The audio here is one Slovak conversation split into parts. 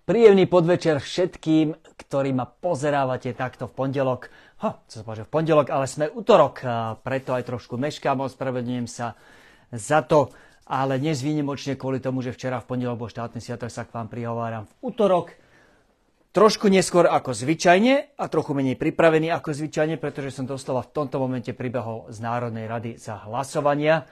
Príjemný podvečer všetkým, ktorí ma pozerávate takto v pondelok. V pondelok, ale sme utorok, preto aj trošku meškám, ospravedlňujem sa za to. Ale dnes výnimočne kvôli tomu, že včera v pondelok bol štátny sviatok, sa k vám prihováram v utorok. Trošku neskôr ako zvyčajne a trochu menej pripravený ako zvyčajne, pretože som doslova v tomto momente pribehol z Národnej rady za hlasovania.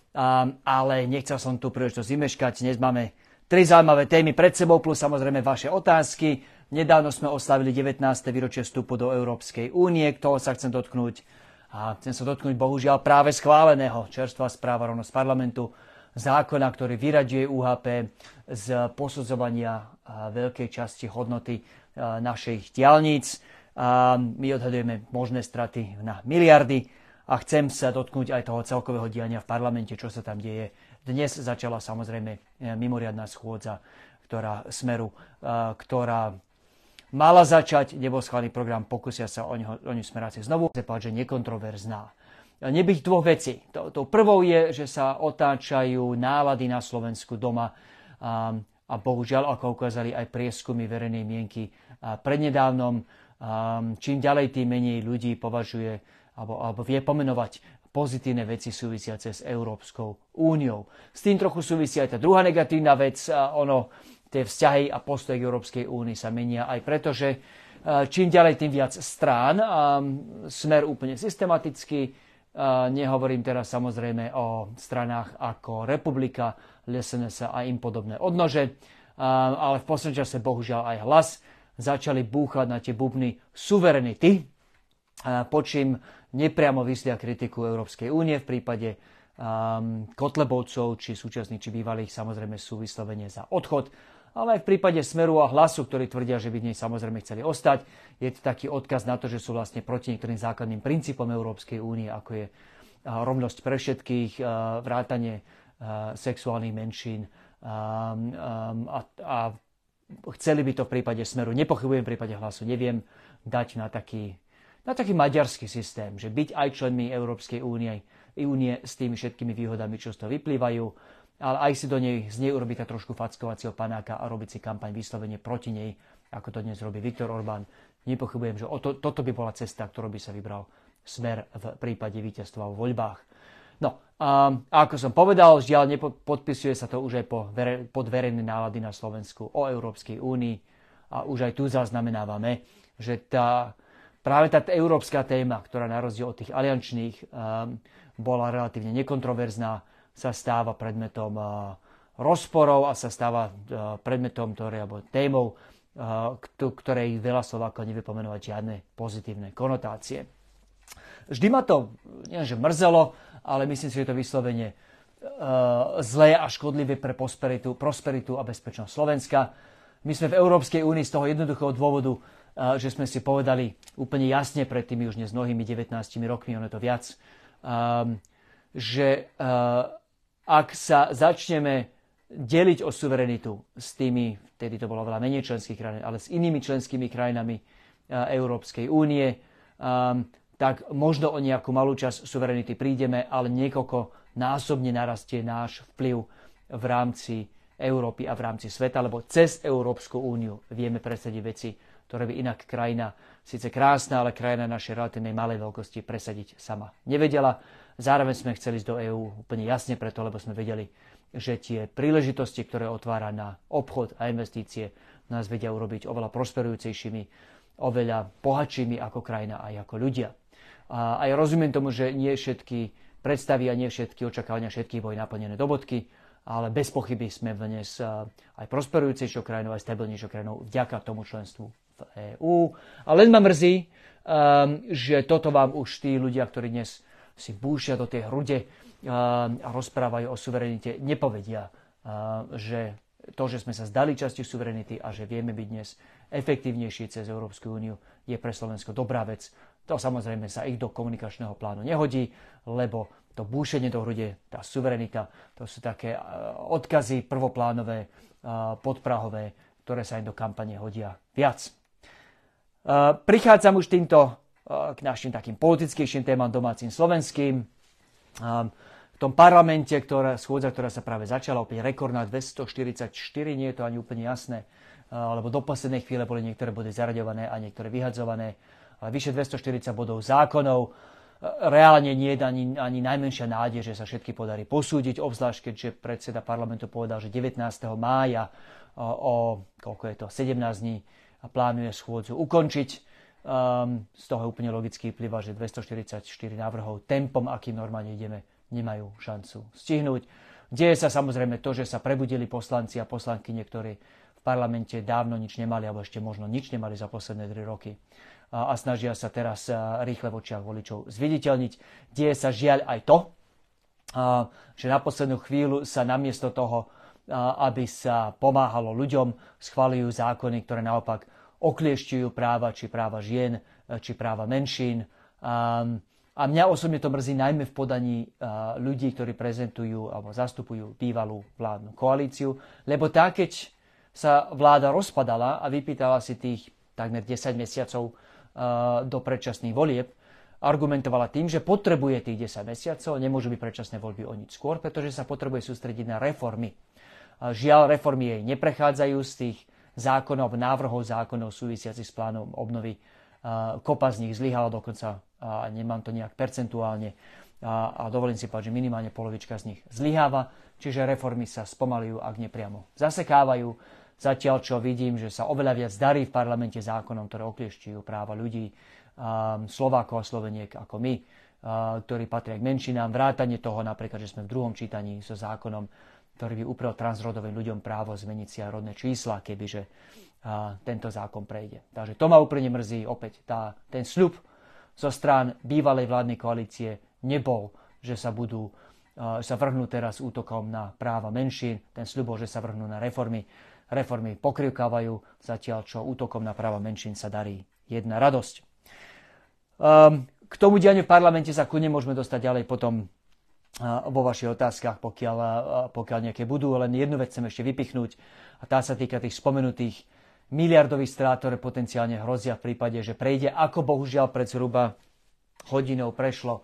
Ale nechcel som tú príležitosť vymeškať. Dnes máme 3 zaujímavé témy pred sebou, plus samozrejme vaše otázky. Nedávno sme oslavili 19. výročie vstupu do Európskej únie, toho sa chcem dotknúť. A chcem sa dotknúť bohužiaľ práve schváleného čerstvá správa rovno z parlamentu, zákona, ktorý vyraďuje UHP z posudzovania veľkej časti hodnoty našich diaľnic. My odhadujeme možné straty na miliardy a chcem sa dotknúť aj toho celkového diania v parlamente, čo sa tam deje. Dnes začala samozrejme mimoriadna schôdza, Smeru, ktorá mala začať, nebol schválený program, pokusia sa o ňu smeráci znovu. Chcem povedať, že nekontroverzná. Nebyť dvoch vecí. Tou prvou je, že sa otáčajú nálady na Slovensku doma a bohužiaľ, ako ukázali aj prieskumy verejnej mienky prednedávnom, čím ďalej, tým menej ľudí považuje alebo vie pomenovať pozitívne veci súvisiace s Európskou úniou. S tým trochu súvisí aj tá druhá negatívna vec. Tie vzťahy a postoje k Európskej únii sa menia aj preto, že čím ďalej, tým viac strán. Smer úplne systematicky. Nehovorím teraz samozrejme o stranách ako Republika, SNS a im podobné odnože. Ale v poslednom čase bohužiaľ aj Hlas začali búchať na tie bubny suverenity, počím nepriamo vyslia kritiku Európskej únie v prípade Kotlebovcov, či súčasných, či bývalých, samozrejme sú vyslovene za odchod. Ale aj v prípade Smeru a Hlasu, ktorí tvrdia, že by v nej samozrejme chceli ostať, je to taký odkaz na to, že sú vlastne proti niektorým základným princípom Európskej únie, ako je rovnosť pre všetkých, vrátanie sexuálnych menšín a chceli by to v prípade Smeru, nepochybujem v prípade Hlasu, neviem dať na taký maďarský systém, že byť aj členmi Európskej únie s tými všetkými výhodami, čo z toho vyplývajú, ale aj si z nej urobiť trošku fackovacieho panáka a robiť si kampaň vyslovene proti nej, ako to dnes robí Viktor Orbán. Nepochybujem, že toto by bola cesta, ktorú by sa vybral Smer v prípade víťazstva vo voľbách. No a ako som povedal, žiaľ podpisuje sa to už aj pod verejné nálady na Slovensku o Európskej únii a už aj tu zaznamenávame, že práve tá európska téma, ktorá na rozdiel od tých aliančných bola relatívne nekontroverzná, sa stáva predmetom rozporov a sa stáva predmetom témou, ktorej veľa Slovákov nevie pomenovať žiadne pozitívne konotácie. Vždy ma to nielenže mrzelo, ale myslím si, že to vyslovene zlé a škodlivé pre prosperitu a bezpečnosť Slovenska. My sme v Európskej únii z toho jednoduchého dôvodu, že sme si povedali úplne jasne pred tými už dnes mnohými 19 rokmi, ono je to viac, že ak sa začneme deliť o suverenitu s tými, vtedy to bolo veľa menej členských krajín, ale s inými členskými krajinami Európskej únie, tak možno o nejakú malú časť suverenity prídeme, ale niekoľko násobne narastie náš vplyv v rámci Európy a v rámci sveta, lebo cez Európsku úniu vieme presadiť veci, ktoré by inak krajina, síce krásna, ale krajina našej relatívnej malej veľkosti presadiť sama nevedela. Zároveň sme chceli ísť do EÚ úplne jasne preto, lebo sme vedeli, že tie príležitosti, ktoré otvára na obchod a investície, nás vedia urobiť oveľa prosperujúcejšími, oveľa bohatšími ako krajina aj ako ľudia. A ja rozumiem tomu, že nie všetky predstavy a nie všetky očakávania všetkých boli naplnené do bodky, ale bez pochyby sme dnes aj prosperujúcejšou krajinou, aj stabilnejšou krajinou vďaka tomu členstvu v EÚ. A len ma mrzí, že toto vám už tí ľudia, ktorí dnes si búšia do tej hrude a rozprávajú o suverenite, nepovedia, že to, že sme sa zdali časti suverenity a že vieme byť dnes efektívnejší cez Európsku úniu, je pre Slovensko dobrá vec. To samozrejme sa ich do komunikačného plánu nehodí, lebo to búšenie do hrude, tá suverenita, to sú také odkazy prvoplánové, podprahové, ktoré sa im do kampane hodia viac. Prichádzam už týmto k našim takým politickejším témam domácim slovenským. tom parlamente, schôdza, ktorá sa práve začala, opäť rekordná 244, nie je to ani úplne jasné, lebo do poslednej chvíle boli niektoré body zaraďované a niektoré vyhadzované, ale vyše 240 bodov zákonov. Reálne nie je ani najmenšia nádej, že sa všetky podarí posúdiť, obzvlášť keďže predseda parlamentu povedal, že 19. mája koľko je to, 17 dní plánuje schôdzu ukončiť. Z toho úplne logicky vyplýva, že 244 návrhov tempom, akým normálne ideme, nemajú šancu stihnúť. Deje sa samozrejme to, že sa prebudili poslanci a poslanky, ktorí v parlamente dávno nič nemali, alebo ešte možno nič nemali za posledné 3 roky. A snažia sa teraz rýchle v očiach voličov zviditeľniť. Deje sa žiaľ aj to, že na poslednú chvíľu sa namiesto toho, aby sa pomáhalo ľuďom, schvaľujú zákony, ktoré naopak okliešťujú práva, či práva žien, či práva menšín. A mňa osobne to mrzí najmä v podaní ľudí, ktorí prezentujú alebo zastupujú bývalú vládnu koalíciu, lebo tá, keď sa vláda rozpadala a vypýtala si tých takmer 10 mesiacov do predčasných volieb, argumentovala tým, že potrebuje tých 10 mesiacov, nemôžu byť predčasné voľby o nič skôr, pretože sa potrebuje sústrediť na reformy. Žiaľ, reformy jej neprechádzajú z tých zákonov, návrhov zákonov súvisiacich s plánom obnovy. Kopa z nich zlyhala dokonca, a nemám to nejak percentuálne, a dovolím si povedať, že minimálne polovička z nich zlyháva, čiže reformy sa spomalujú, ak nepriamo zasekávajú. Zatiaľ, čo vidím, že sa oveľa viac darí v parlamente zákonom, ktoré okliešťujú práva ľudí, Slovákov a Sloveniek ako my, ktorí patria k menšinám. Vrátane toho napríklad, že sme v druhom čítaní so zákonom, ktorý by uprel transrodovým ľuďom právo zmeniť si aj rodné čísla, kebyže tento zákon prejde. Takže to ma úplne mrzí. Opäť ten sľub zo strán bývalej vládnej koalície nebol, že sa vrhnú teraz útokom na práva menšín. Ten sľub bol, že sa vrhnú na reformy. Reformy pokrivkávajú, zatiaľ čo útokom na práva menšín sa darí jedna radosť. K tomu dianiu v parlamente sa kľudne môžeme dostať ďalej potom vo vašich otázkach, pokiaľ nejaké budú. Len jednu vec chcem ešte vypichnúť a tá sa týka tých spomenutých miliardových strát, ktoré potenciálne hrozia v prípade, že prejde, ako bohužiaľ pred zhruba hodinou prešlo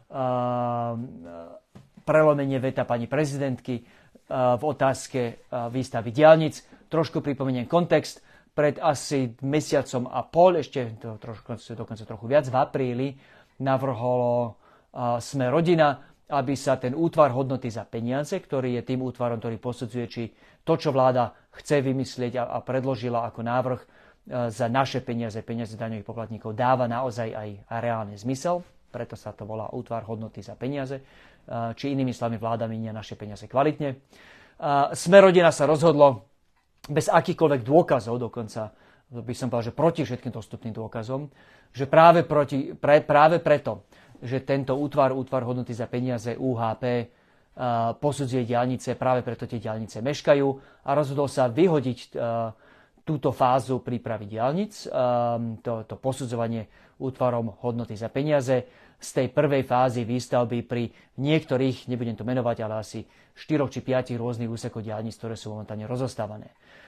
prelomenie veta pani prezidentky v otázke výstavby diaľnic. Trošku pripomeniem kontext. Pred asi mesiacom a pol, ešte dokonca trochu viac, v apríli navrholo Sme rodina, aby sa ten útvar hodnoty za peniaze, ktorý je tým útvarom, ktorý posudzuje, či to, čo vláda chce vymyslieť a predložila ako návrh za naše peniaze daňových poplatníkov, dáva naozaj aj reálny zmysel. Preto sa to volá útvar hodnoty za peniaze. Či inými slovami vláda míňa naše peniaze kvalitne. Sme rodina sa rozhodlo bez akýchkoľvek dôkazov, dokonca by som povedal, že proti všetkým dostupným dôkazom, že práve preto, že tento útvar hodnoty za peniaze UHP posudzuje diaľnice, práve preto tie diaľnice meškajú a rozhodol sa vyhodiť túto fázu prípravy diaľnic, to posudzovanie útvarom hodnoty za peniaze z tej prvej fázy výstavby pri niektorých, nebudem to menovať, ale asi 4 či 5 rôznych úsekov diaľnic, ktoré sú momentálne rozostávané.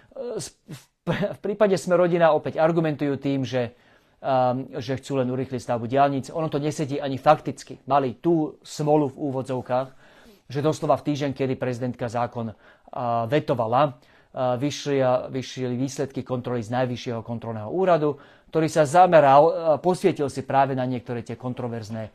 V prípade Sme rodina opäť argumentujú tým, že chcú len urýchliť stavbu diaľnic. Ono to nesedí ani fakticky. Mali tú smolu v úvodzovkách, že doslova v týždeň, kedy prezidentka zákon vetovala, vyšli výsledky kontroly z Najvyššieho kontrolného úradu, ktorý sa zameral, posvietil si práve na niektoré tie kontroverzné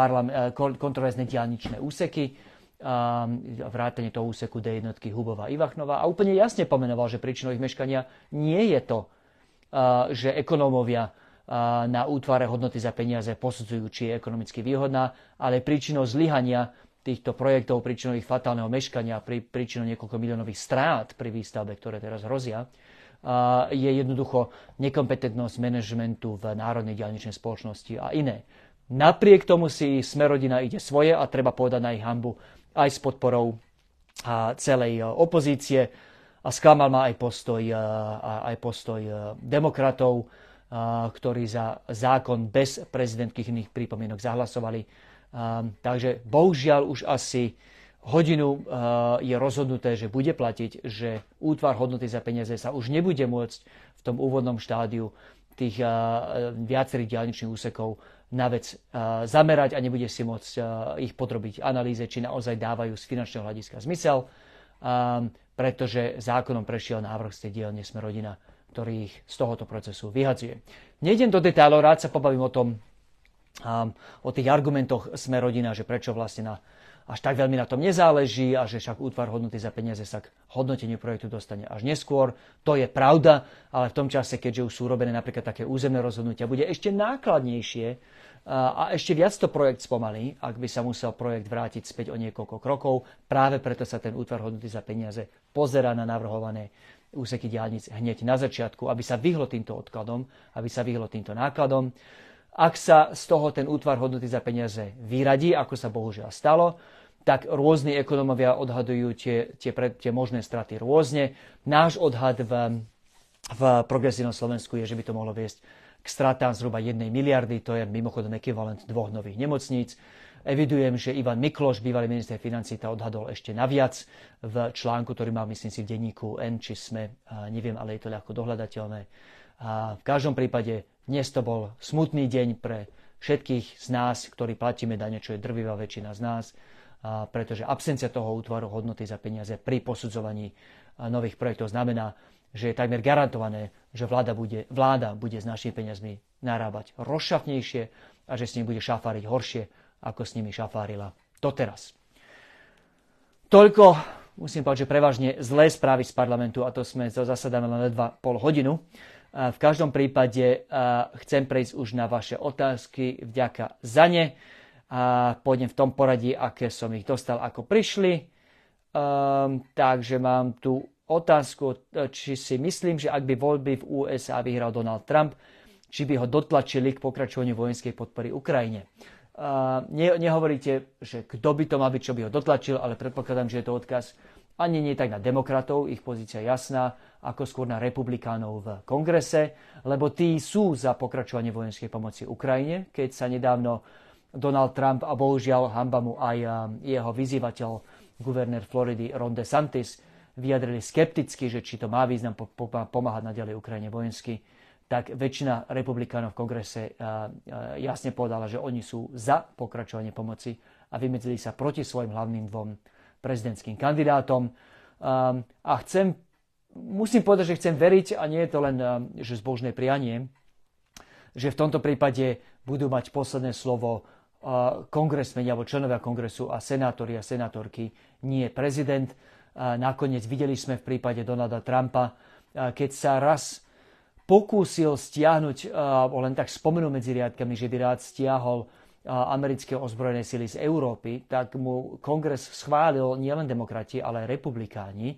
diaľničné úseky, vrátane toho úseku D1 Hubová Ivachnova a úplne jasne pomenoval, že príčinou ich meškania nie je to, že ekonómovia na útvare hodnoty za peniaze posudzujú, či je ekonomicky výhodná, ale príčinou zlyhania týchto projektov, príčinou ich fatálneho meškania, príčinou niekoľko miliónových strát pri výstavbe, ktoré teraz hrozia, je jednoducho nekompetentnosť manažmentu v Národnej diaľničnej spoločnosti a iné. Napriek tomu si Sme rodina ide svoje a treba povedať na ich hanbu aj s podporou celej opozície a sklamal ma aj postoj demokratov, ktorí za zákon bez prezidentských pripomienok zahlasovali. Takže bohužiaľ už asi hodinu je rozhodnuté, že bude platiť, že útvar hodnoty za peniaze sa už nebude môcť v tom úvodnom štádiu tých viacerých diaľničných úsekov na vec zamerať a nebude si môcť ich podrobiť analýze, či naozaj dávajú z finančného hľadiska zmysel, pretože zákonom prešiel návrh z tej dielne Sme rodina, ktorý ich z tohoto procesu vyhadzuje. Nejdem do detailov, rád sa pobavím o tých argumentoch Sme rodina, že prečo vlastne až tak veľmi na tom nezáleží a že však útvar hodnoty za peniaze sa k hodnoteniu projektu dostane až neskôr. To je pravda, ale v tom čase, keďže už sú robené napríklad také územné rozhodnutia, bude ešte nákladnejšie a ešte viac to projekt spomalí, ak by sa musel projekt vrátiť späť o niekoľko krokov. Práve preto sa ten útvar hodnoty za peniaze pozerá na navrhované úseky diaľnic hneď na začiatku, aby sa vyhlo týmto odkladom, aby sa vyhlo týmto nákladom. Ak sa z toho ten útvar hodnoty za peniaze vyradí, ako sa bohužiaľ stalo, tak rôzni ekonómovia odhadujú tie možné straty rôzne. Náš odhad v progresívnom Slovensku je, že by to mohlo viesť k stratám zhruba 1 miliardy, to je mimochodom ekvivalent 2 nových nemocníc. Evidujem, že Ivan Mikloš, bývalý minister financií, to odhadol ešte naviac v článku, ktorý mal, myslím si, v denníku N, či Sme, neviem, ale je to ľahko dohľadateľné. A v každom prípade dnes to bol smutný deň pre všetkých z nás, ktorí platíme dane, čo je drvivá väčšina z nás, pretože absencia toho útvaru hodnoty za peniaze pri posudzovaní nových projektov znamená, že je takmer garantované, že vláda bude s našimi peniazmi narábať rozšafnejšie a že s nimi bude šafáriť horšie, ako s nimi šafárila doteraz. Toľko, musím povedať, že prevažne zlé správy z parlamentu, a to zasadáme len 2,5 hodinu. V každom prípade chcem prejsť už na vaše otázky. Vďaka za ne. Pôjdem v tom poradí, aké som ich dostal, ako prišli. Takže mám tu otázku, či si myslím, že ak by voľby v USA vyhral Donald Trump, či by ho dotlačili k pokračovaniu vojenskej podpory Ukrajine. Nehovoríte, že kto by to mal byť, čo by ho dotlačil, ale predpokladám, že je to odkaz ani nie tak na demokratov, ich pozícia je jasná, ako skôr na republikánov v kongrese, lebo tí sú za pokračovanie vojenskej pomoci Ukrajine, keď sa nedávno Donald Trump a bohužiaľ hanba mu aj jeho vyzývateľ, guvernér Floridy Ron DeSantis, vyjadrili skepticky, že či to má význam pomáhať naďalej Ukrajine vojensky, tak väčšina republikánov v kongrese jasne povedala, že oni sú za pokračovanie pomoci a vymedzili sa proti svojim hlavným 2 prezidentským kandidátom. A musím povedať, že chcem veriť, a nie je to len že zbožné prianie, že v tomto prípade budú mať posledné slovo kongresmeni alebo členovia kongresu a senátori a senátorky, nie prezident. Nakoniec videli sme v prípade Donalda Trumpa, keď sa raz pokúsil stiahnuť, len tak spomenul medzi riadkami, že by rád stiahol americké ozbrojené sily z Európy, tak mu kongres schválil nielen demokrati, ale aj republikáni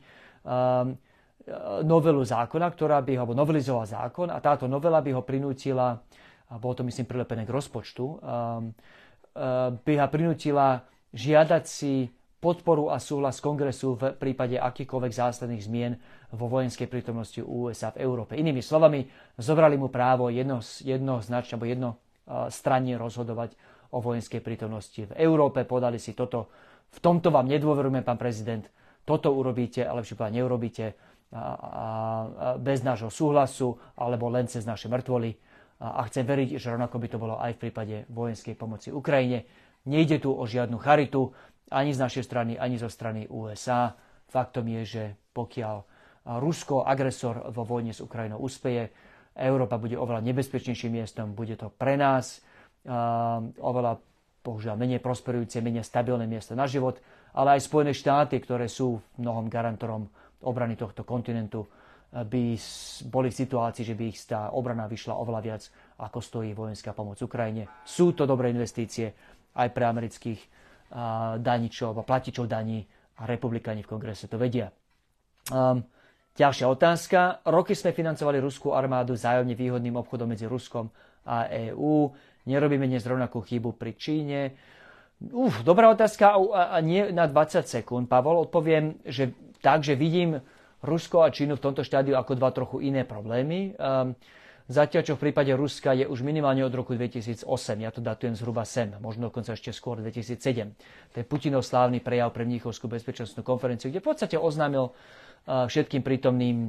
novelu zákona, ktorá by ho novelizovala zákon, a táto novela by ho prinútila, a bolo to myslím prilepené k rozpočtu, by ho prinútila žiadať si podporu a súhlas kongresu v prípade akýchkoľvek zásadných zmien vo vojenskej prítomnosti USA v Európe. Inými slovami, zobrali mu právo jednoznačne alebo jednostranne rozhodovať o vojenskej prítomnosti v Európe. Podali si toto, v tomto vám nedôverujeme, pán prezident, toto urobíte, ale lepšie povedať neurobíte bez nášho súhlasu alebo len cez naše mŕtvoly. A chcem veriť, že rovnako by to bolo aj v prípade vojenskej pomoci Ukrajine. Nejde tu o žiadnu charitu, ani z našej strany, ani zo strany USA. Faktom je, že pokiaľ Rusko, agresor vo vojne s Ukrajinou úspeje, Európa bude oveľa nebezpečnejším miestom, bude to pre nás oveľa, bohužiaľ, menej prosperujúce, menej stabilné miesto na život, ale aj Spojené štáty, ktoré sú mnohom garantorom obrany tohto kontinentu, by boli v situácii, že by ich tá obrana vyšla oveľa viac, ako stojí vojenská pomoc Ukrajine. Sú to dobré investície aj pre amerických daničov a platičov daní, a republikáni v kongrese to vedia. Ďalšia otázka. Roky sme financovali ruskú armádu vzájomne výhodným obchodom medzi Ruskom a EÚ. Nerobíme dnes rovnakú chybu pri Číne. Dobrá otázka a nie na 20 sekúnd. Pavol, odpoviem, že vidím Rusko a Čínu v tomto štádiu ako dva trochu iné problémy. Zatiaľ, čo v prípade Ruska je už minimálne od roku 2008, ja to datujem zhruba sem, možno dokonca ešte skôr 2007. To je Putinov slávny prejav pre Mníchovskú bezpečnostnú konferenciu, kde v podstate oznámil všetkým prítomným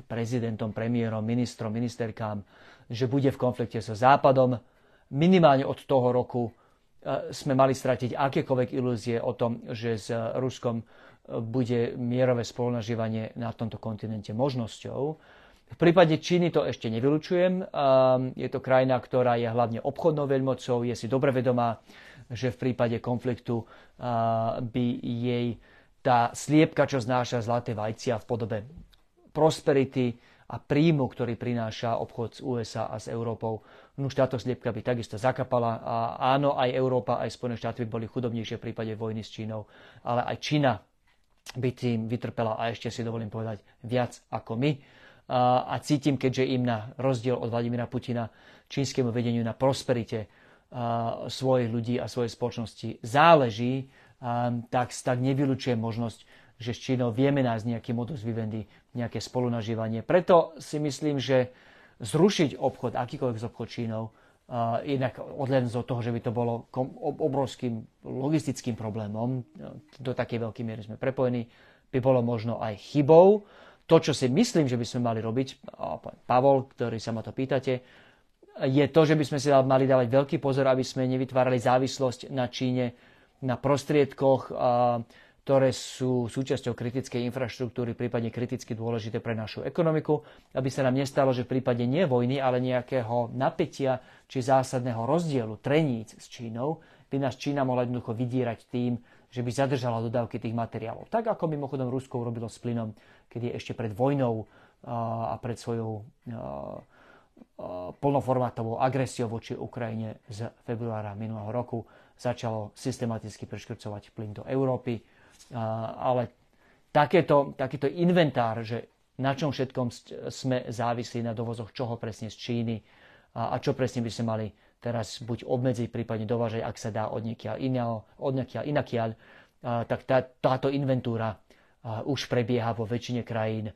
prezidentom, premiérom, ministrom, ministerkám, že bude v konflikte so Západom. Minimálne od toho roku sme mali stratiť akékoľvek ilúzie o tom, že s Ruskom bude mierové spolunažívanie na tomto kontinente možnosťou. V prípade Číny to ešte nevylučujem. Je to krajina, ktorá je hlavne obchodnou veľmocou, je si dobre vedomá, že v prípade konfliktu by jej tá sliepka, čo znáša zlaté vajcia v podobe prosperity a príjmu, ktorý prináša obchod s USA a s Európou, už táto sliepka by takisto zakapala. A áno, aj Európa, aj Spojené štáty by boli chudobnejšie v prípade vojny s Čínou, ale aj Čína by tým vytrpela a ešte si dovolím povedať viac ako my. A cítim, keďže im na rozdiel od Vladimíra Putina, čínskemu vedeniu na prosperite svojich ľudí a svojej spoločnosti záleží, tak nevylučujem možnosť, že s Čínou vieme nájsť nejaký modus vivendi, nejaké spolunažívanie. Preto si myslím, že zrušiť obchod, akýkoľvek z obchod Čínou, inak odhľadnúť od toho, že by to bolo obrovským logistickým problémom, do takej veľkej miery sme prepojení, by bolo možno aj chybou. To, čo si myslím, že by sme mali robiť, Pavol, ktorý sa ma to pýtate, je to, že by sme si mali dávať veľký pozor, aby sme nevytvárali závislosť na Číne, na prostriedkoch, ktoré sú súčasťou kritickej infraštruktúry, prípadne kriticky dôležité pre našu ekonomiku, aby sa nám nestalo, že v prípade nie vojny, ale nejakého napätia či zásadného rozdielu treníc s Čínou, by nás Čína mohla jednoducho vydierať tým, že by zadržala dodávky tých materiálov. Tak ako mimochodom Rusko urobilo s plynom, kedy ešte pred vojnou a pred svojou plnoformátovou agresiou voči Ukrajine z februára minulého roku začalo systematicky preškrcovať plyn do Európy. Ale takýto inventár, že na čom všetkom sme závislí na dovozoch čoho presne z Číny a čo presne by sme mali teraz buď obmedziť, prípadne dovážať, ak sa dá od niekiaľ inakiaľ, tak táto inventúra už prebieha vo väčšine krajín.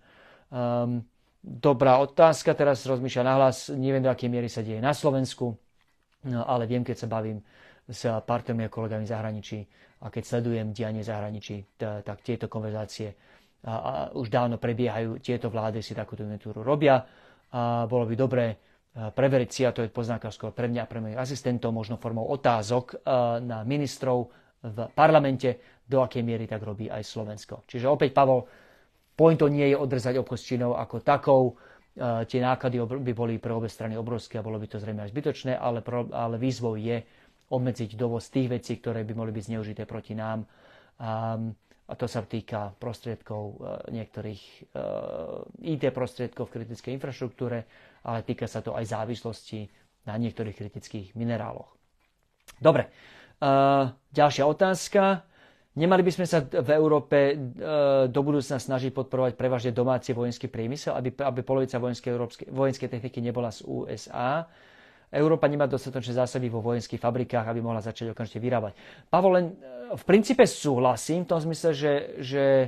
Dobrá otázka, teraz rozmýšľam nahlas, neviem, do akej miery sa deje na Slovensku, ale viem, keď sa bavím s partnermi a kolegami v zahraničí a keď sledujem dianie v zahraničí, tak tieto konverzácie už dávno prebiehajú, tieto vlády si takúto inventúru robia. Bolo by dobré preveriť si, a to je poznámka skôr pre mňa a pre mojich asistentov, možno formou otázok na ministrov v parlamente, do akej miery tak robí aj Slovensko. Čiže opäť, Pavol, pointom nie je odrezať obchod s Čínou ako takou. Tie náklady by boli pre obe strany obrovské a bolo by to zrejme aj zbytočné, ale výzvou je obmedziť dovoz tých vecí, ktoré by mohli byť zneužité proti nám. A to sa týka prostriedkov niektorých IT prostriedkov v kritickej infraštruktúre, ale týka sa to aj závislosti na niektorých kritických mineráloch. Dobre, ďalšia otázka. Nemali by sme sa v Európe do budúcna snažiť podporovať prevažne domáci vojenský priemysel, aby polovica vojenskej techniky nebola z USA. Európa nemá dostatočné zásoby vo vojenských fabrikách, aby mohla začať okamžite vyrábať. Pavol, len v princípe súhlasím v tom zmysle, že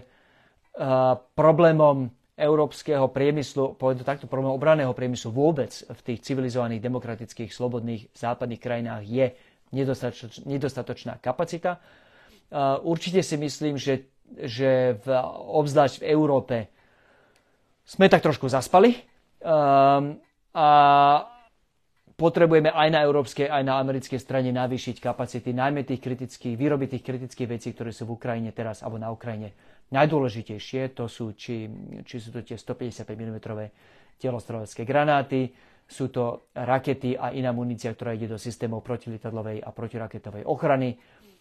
problémom európskeho priemyslu, poviem to takto, problémom obranného priemyslu vôbec v tých civilizovaných, demokratických, slobodných západných krajinách je nedostatočná kapacita. Určite si myslím, že obzvlášť v Európe sme tak trošku zaspali a potrebujeme aj na európskej, aj na americkej strane navýšiť kapacity, najmä výroby tých kritických vecí, ktoré sú v Ukrajine teraz, alebo na Ukrajine najdôležitejšie. To sú, či sú to tie 155 mm tielostrelecké granáty, sú to rakety a iná munícia, ktorá ide do systémov protilietadlovej a protiraketovej ochrany.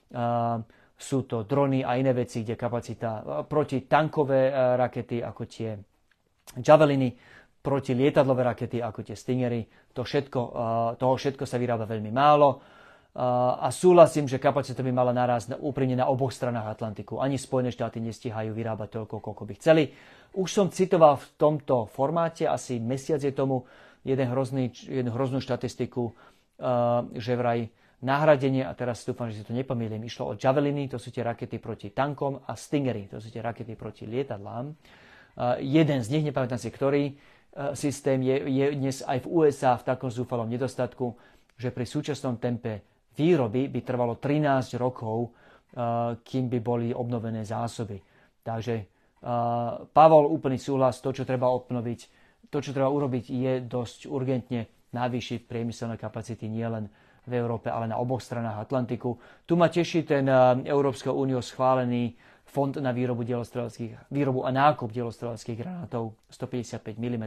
Sú to drony a iné veci, kde kapacita protitankové rakety, ako tie Javeliny, protilietadlové rakety, ako tie Stingery. Toho všetko sa vyrába veľmi málo. A súhlasím, že kapacita by mala narásť úprimne na oboch stranách Atlantiku. Ani Spojené štáty nestíhajú vyrábať toľko, koľko by chceli. Už som citoval v tomto formáte, asi mesiac je tomu, jednu hroznú štatistiku, že vraj nahradenie, a teraz dúfam, že si to nepomýlim, išlo o Javeliny, to sú tie rakety proti tankom, a Stingery, to sú tie rakety proti lietadlám. Jeden z nich, nepamätám si ktorý, systém je dnes aj v USA v takom zúfalom nedostatku, že pri súčasnom tempe výroby by trvalo 13 rokov, kým by boli obnovené zásoby. Takže Pavol, úplný súhlas, to, čo treba obnoviť, to, čo treba urobiť, je dosť urgentne navýšiť priemyselné kapacity nielen v Európe, ale na oboch stranách Atlantiku. Tu ma teší ten Európskou úniou schválený fond na výrobu a nákup dielostreleckých granátov 155 mm.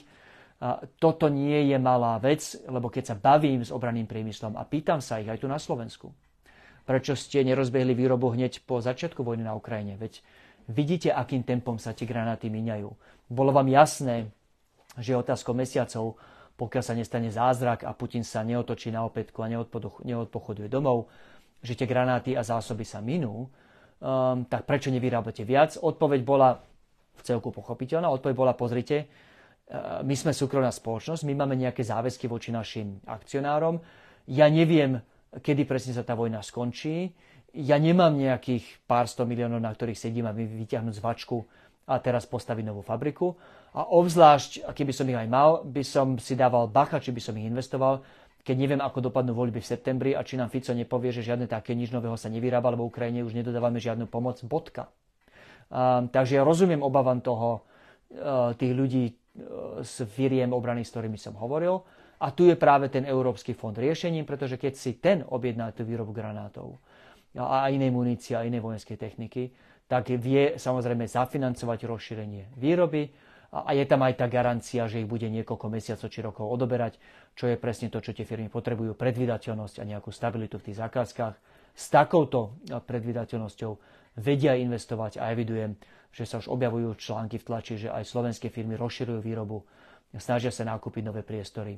Toto nie je malá vec, lebo keď sa bavím s obranným priemyslom a pýtam sa ich aj tu na Slovensku, prečo ste nerozbehli výrobu hneď po začiatku vojny na Ukrajine? Veď vidíte, akým tempom sa tie granáty míňajú. Bolo vám jasné, že je otázkou mesiacov, pokiaľ sa nestane zázrak a Putin sa neotočí na opätku a neodpochoduje domov, že tie granáty a zásoby sa minú, tak prečo nevyrábate viac? Odpoveď bola v celku pochopiteľná. Odpoveď bola, pozrite, my sme súkromná spoločnosť, my máme nejaké záväzky voči našim akcionárom. Ja neviem, kedy presne sa tá vojna skončí. Ja nemám nejakých pár 100 miliónov, na ktorých sedím a vyťahnuť zvačku a teraz postaviť novú fabriku. A obzvlášť, keby som ich aj mal, by som si dával bacha, či by som ich investoval, keď neviem, ako dopadnú voľby v septembri a či nám Fico nepovie, že žiadne také nič nového sa nevyrába, lebo Ukrajine už nedodávame žiadnu pomoc, bodka. Takže ja rozumiem obavám tých ľudí z firiem obrany, s ktorými som hovoril. A tu je práve ten Európsky fond riešením, pretože keď si ten objedná tú výrobu granátov a inej munície a inej vojenskej techniky, tak vie samozrejme zafinancovať rozšírenie výroby a je tam aj tá garancia, že ich bude niekoľko mesiacov či rokov odoberať, čo je presne to, čo tie firmy potrebujú, predvídateľnosť a nejakú stabilitu v tých zákazkách. S takouto predvídateľnosťou vedia investovať a evidujem, že sa už objavujú články v tlači, že aj slovenské firmy rozširujú výrobu, snažia sa nakúpiť nové priestory.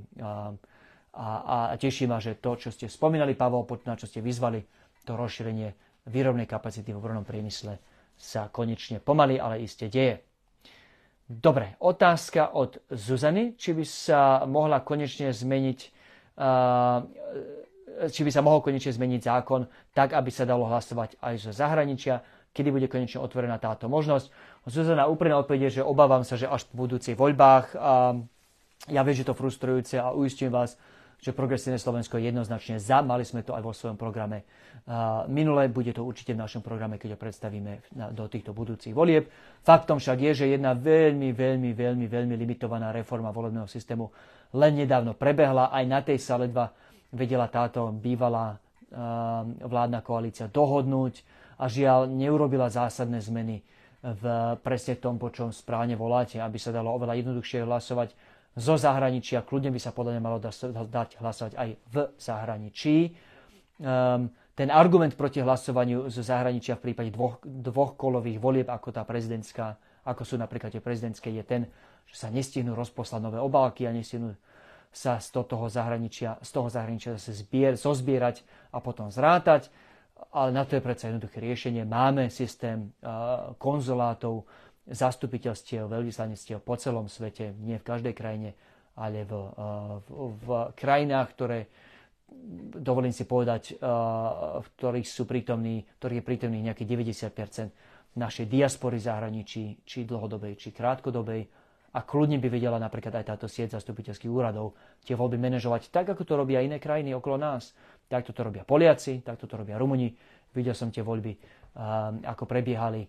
A teší ma, že to, čo ste spomínali, Pavol, na čo ste vyzvali, to rozšírenie výrobnej kapacity v obrannom priemysle sa konečne pomaly, ale iste deje. Dobre, otázka od Zuzany, či by sa mohol konečne zmeniť zákon tak, aby sa dalo hlasovať aj zo zahraničia, kedy bude konečne otvorená táto možnosť. Zuzana úprimne odpovedie, že obávam sa, že až po budúcich voľbách. Ja viem, že to frustrujúce a uistím vás, že Progresívne Slovensko je jednoznačne za. Mali sme to aj vo svojom programe minule, bude to určite v našom programe, keď ho predstavíme do týchto budúcich volieb. Faktom však je, že jedna veľmi limitovaná reforma volebného systému len nedávno prebehla. Aj na tej sa ledva vedela táto bývalá vládna koalícia dohodnúť a žiaľ neurobila zásadné zmeny v presne tom, po čom správne voláte, aby sa dalo oveľa jednoduchšie hlasovať zo zahraničia. Kľudne by sa podľa mňa malo dať hlasovať aj v zahraničí. Ten argument proti hlasovaniu zo zahraničia v prípade dvoch kolových volieb, ako tá prezidentská, ako sú napríklad tie prezidentské, je ten, že sa nestihnú rozposlať nové obálky a nestihnú sa z toho zahraničia zase zozbierať a potom zrátať. Ale na to je predsa jednoduché riešenie. Máme systém konzulátov, zastupiteľstiev, veľvyslanectiev po celom svete, nie v každej krajine, ale v krajinách, ktoré, dovolím si povedať, v ktorých je prítomný nejaký 90% našej diaspory zahraničí, či dlhodobej, či krátkodobej. A kľudne by vedela napríklad aj táto sieť zastupiteľských úradov tie voľby manažovať tak, ako to robia iné krajiny okolo nás. Takto to robia Poliaci, takto to robia Rumuni. Videl som tie voľby, ako prebiehali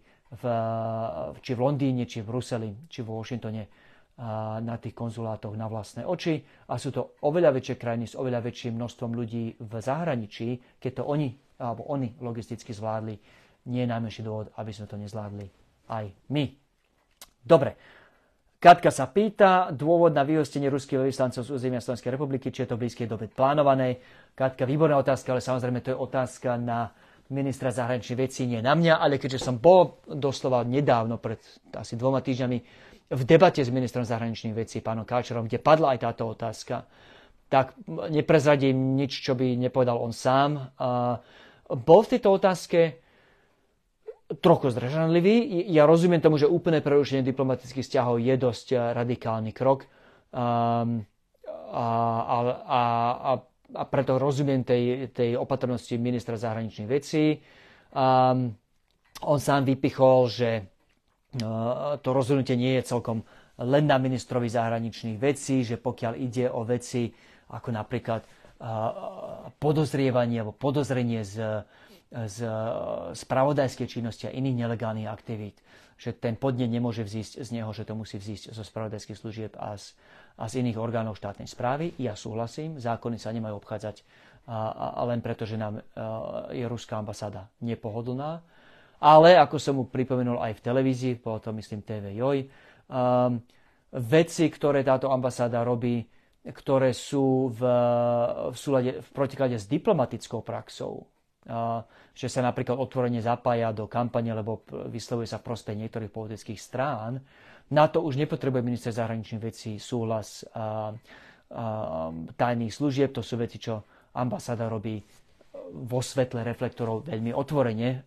či v Londýne, či v Bruseli, či v Washingtone na tých konzulátoch na vlastné oči. A sú to oveľa väčšie krajiny s oveľa väčším množstvom ľudí v zahraničí. Keď to oni logisticky zvládli, nie je najmenší dôvod, aby sme to nezvládli aj my. Dobre. Katka sa pýta, dôvod na vyhostenie ruských veľvyslancov z územia Slovenskej republiky, či je to v blízkej dobe plánované. Katka, výborná otázka, ale samozrejme to je otázka na ministra zahraničných vecí, nie na mňa, ale keďže som bol doslova nedávno, pred asi 2 týždňami, v debate s ministrom zahraničných vecí, pánom Káčerom, kde padla aj táto otázka, tak neprezradím nič, čo by nepovedal on sám. Bol v tejto otázke trochu zdržanlivý. Ja rozumiem tomu, že úplné prerušenie diplomatických vzťahov je dosť radikálny krok a preto rozumiem tej opatrnosti ministra zahraničných vecí. On sám vypichol, že to rozhodnutie nie je celkom len na ministrovi zahraničných vecí, že pokiaľ ide o veci ako napríklad podozrievanie alebo podozrenie z spravodajskej činnosti a iných nelegálnych aktivít, že ten podnet nemôže vzísť z neho, že to musí vzísť zo spravodajských služieb a z iných orgánov štátnej správy. Ja súhlasím, zákony sa nemajú obchádzať a len preto, že nám je ruská ambasáda nepohodlná. Ale, ako som mu pripomenul aj v televízii, bolo to myslím TV Joj, veci, ktoré táto ambasáda robí, ktoré sú v protiklade s diplomatickou praxou, že sa napríklad otvorene zapája do kampane, lebo vyslovuje sa v prospech niektorých politických strán. Na to už nepotrebuje minister zahraničných vecí súhlas tajných služieb. To sú veci, čo ambasáda robí vo svetle reflektorov veľmi otvorene.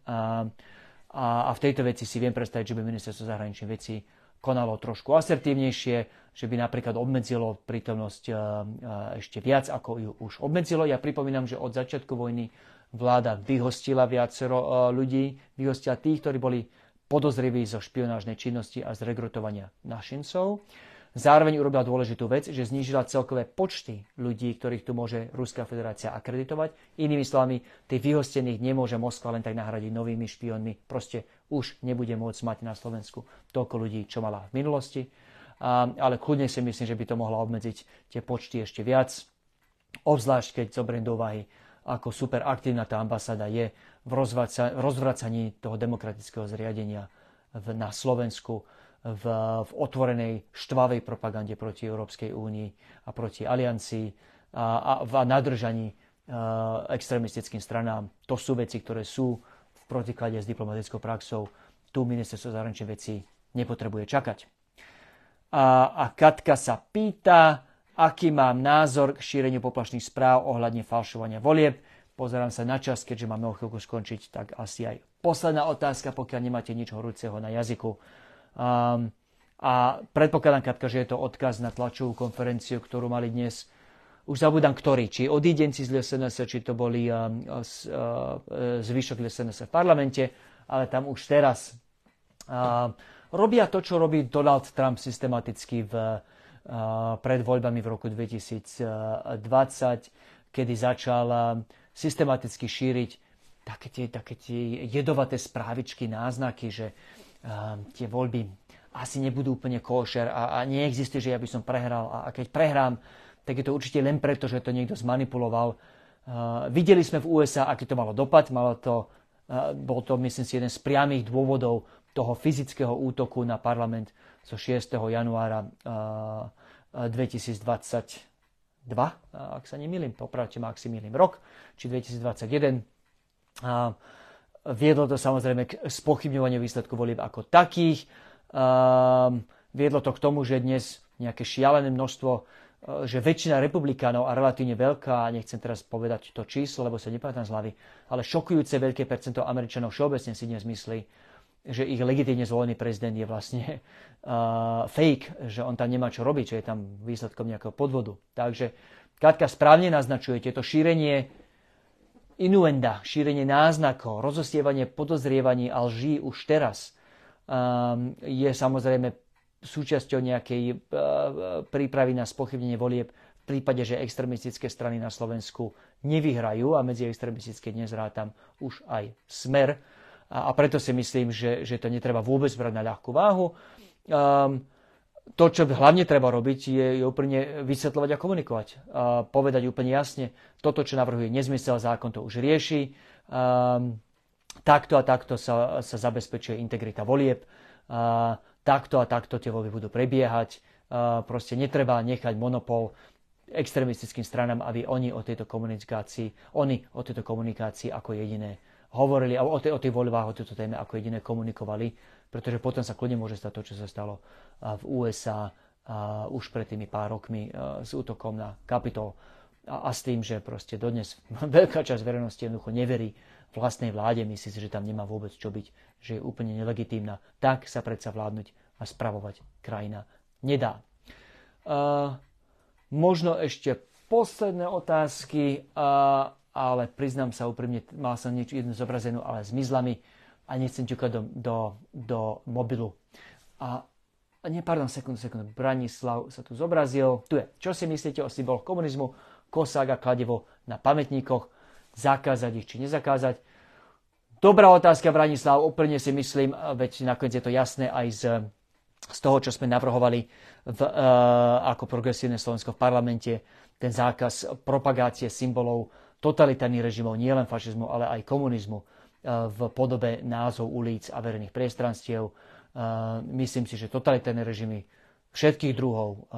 A v tejto veci si viem predstaviť, že by ministerstvo zahraničných vecí konalo trošku asertívnejšie, že by napríklad obmedzilo prítomnosť ešte viac, ako ju už obmedzilo. Ja pripomínam, že od začiatku vojny vláda vyhostila viacero ľudí, vyhostila tých, ktorí boli podozriví zo špionážnej činnosti a z rekrutovania našincov. Zároveň urobila dôležitú vec, že znížila celkové počty ľudí, ktorých tu môže Ruská federácia akreditovať. Inými slovami, tých vyhostených nemôže Moskva len tak nahradiť novými špionmi. Proste už nebude môcť mať na Slovensku toľko ľudí, čo mala v minulosti. Ale kľudne si myslím, že by to mohla obmedziť tie počty ešte viac. Obzvlášť, keď zoberiem do úvahy, ako super aktívna tá ambasáda je v rozvracaní toho demokratického zriadenia na Slovensku, v otvorenej štvavej propagande proti Európskej únii a proti aliancii a v nadržaní extrémistickým stranám. To sú veci, ktoré sú v protiklade s diplomatickou praxou. Tu ministerstvo zahraničných vecí nepotrebuje čakať. A Katka sa pýta, aký mám názor k šíreniu poplašných správ ohľadne falšovania volieb. Pozerám sa na čas, keďže máme o chvíľku skončiť, tak asi aj posledná otázka, pokiaľ nemáte nič horúceho na jazyku. A predpokladám, Katka, že je to odkaz na tlačovú konferenciu, ktorú mali dnes, už zabudám ktorý, či odídenci z SNS, či to boli zvyšok SNS v parlamente, ale tam už teraz robia to, čo robí Donald Trump systematicky pred voľbami v roku 2020, kedy začal systematicky šíriť také tie jedovaté správičky, náznaky, že tie voľby asi nebudú úplne košer a neexistuje, že ja by som prehral a keď prehrám, tak je to určite len preto, že to niekto zmanipuloval. Videli sme v USA, aký to malo dopad. Bol to, myslím si, jeden z priamých dôvodov toho fyzického útoku na parlament zo 6. januára 2022, ak sa nemýlim, popravte ma, ak si mýlim rok, či 2021. Viedlo to samozrejme k spochybňovaniu výsledku volieb ako takých. Viedlo to k tomu, že dnes nejaké šialené množstvo, že väčšina republikánov a relatívne veľká, nechcem teraz povedať to číslo, lebo sa nepamätám z hlavy, ale šokujúce veľké percento Američanov všeobecne si dnes myslí, že ich legitímne zvolený prezident je vlastne fake, že on tam nemá čo robiť, že je tam výsledkom nejakého podvodu. Takže Katka správne naznačuje tieto šírenie inuenda, šírenie náznakov, rozosievanie podozrievaní a lží už teraz je samozrejme súčasťou nejakej prípravy na spochybnenie volieb v prípade, že extrémistické strany na Slovensku nevyhrajú a medzi extrémistické dnes rátam už aj Smer. A preto si myslím, že to netreba vôbec brať na ľahkú váhu. To, čo hlavne treba robiť, je úplne vysvetľovať a komunikovať. Povedať úplne jasne, toto, čo navrhuje nezmysel, zákon to už rieši. Takto a takto sa zabezpečuje integrita volieb. Takto a takto tie voľby budú prebiehať. Proste netreba nechať monopol extrémistickým stranám, aby oni o tejto komunikácii ako jediné hovorili, a o tých voľbách, o tejto téme ako jediné komunikovali, pretože potom sa kľudne môže stať to, čo sa stalo v USA už pred tými pár rokmi s útokom na Kapitol a s tým, že proste dodnes veľká časť verejnosti jednoducho neverí vlastnej vláde, myslí si, že tam nemá vôbec čo byť, že je úplne nelegitímna. Tak sa predsa vládnuť a spravovať krajina nedá. Možno ešte posledné otázky, ale priznám sa úprimne, mal som jednu zobrazenú, ale zmizla mi a nechcem ťukať do mobilu. Sekundu. Branislav sa tu zobrazil. Tu je. Čo si myslíte o symboloch komunizmu? Kosák a kladivo na pamätníkoch. Zakázať ich či nezakázať? Dobrá otázka, Branislav, úplne si myslím, veď nakoniec je to jasné aj z toho, čo sme navrhovali ako progresívne Slovensko v parlamente, ten zákaz propagácie symbolov totalitárnych režimov, nielen fašizmu, ale aj komunizmu v podobe názov ulic a verejných priestranstiev. Myslím si, že totalitárne režimy všetkých druhov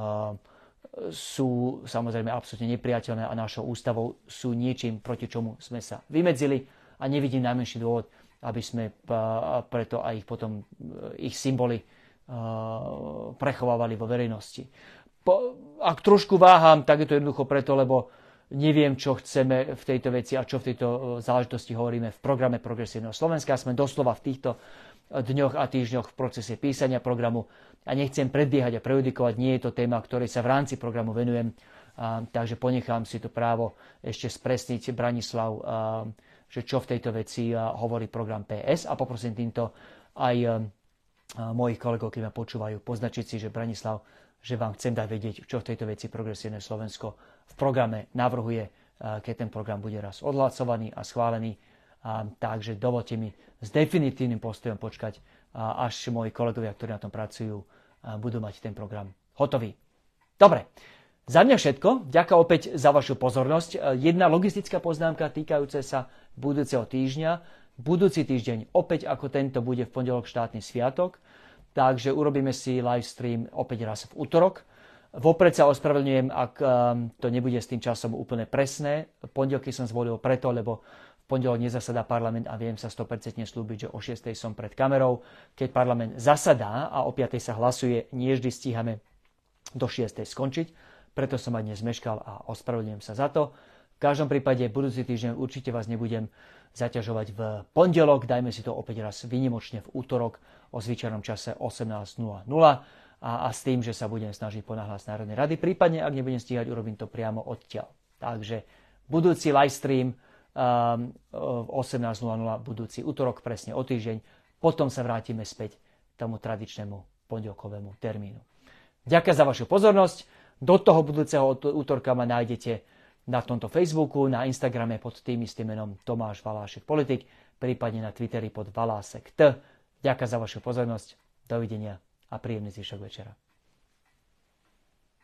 sú samozrejme absolútne nepriateľné a našou ústavou sú niečím, proti čomu sme sa vymedzili a nevidím najmenší dôvod, aby sme preto aj potom ich symboly prechovávali vo verejnosti. Ak trošku váham, tak je to jednoducho preto, lebo neviem, čo chceme v tejto veci a čo v tejto záležitosti hovoríme v programe Progresívneho Slovenska. Sme doslova v týchto dňoch a týždňoch v procese písania programu a nechcem predbiehať a prejudikovať. Nie je to téma, ktorej sa v rámci programu venujem, takže ponechám si to právo ešte spresniť, Branislav, že čo v tejto veci hovorí program PS a poprosím týmto aj mojich kolegov, keď ma počúvajú, poznačiť si, že Branislav, že vám chcem dať vedieť, čo v tejto veci Progresívne Slovensko v programe navrhuje, keď ten program bude raz odhlasovaný a schválený. Takže dovolte mi s definitívnym postojom počkať, až moji kolegovia, ktorí na tom pracujú, budú mať ten program hotový. Dobre, za mňa všetko. Ďakujem opäť za vašu pozornosť. Jedna logistická poznámka týkajúca sa budúceho týždňa. Budúci týždeň opäť ako tento bude v pondelok štátny sviatok, takže urobíme si live stream opäť raz v utorok. Vopred sa ospravedlňujem, ak to nebude s tým časom úplne presné. Pondelky som zvolil preto, lebo v pondelok nezasadá parlament a viem sa 100% slúbiť, že o 6. som pred kamerou. Keď parlament zasadá a o 5. sa hlasuje, nie vždy stíhame do 6. skončiť, preto som aj dnes meškal a ospravedlňujem sa za to. V každom prípade budúci týždeň určite vás nebudem zaťažovať v pondelok, dajme si to opäť raz výnimočne v útorok o zvyčajnom čase 18:00 a s tým, že sa budem snažiť ponáhľať z Národnej rady, prípadne ak nebudem stíhať, urobím to priamo odtiaľ. Takže budúci live stream 18:00 budúci útorok, presne o týždeň, potom sa vrátime späť k tomu tradičnému pondelkovému termínu. Ďakujem za vašu pozornosť, do toho budúceho útorka ma nájdete na tomto Facebooku, na Instagrame pod tým istým menom Tomáš Valášek Politik, prípadne na Twitteri pod Valásek T. Ďakujem za vašu pozornosť, dovidenia a príjemný zvyšok večera.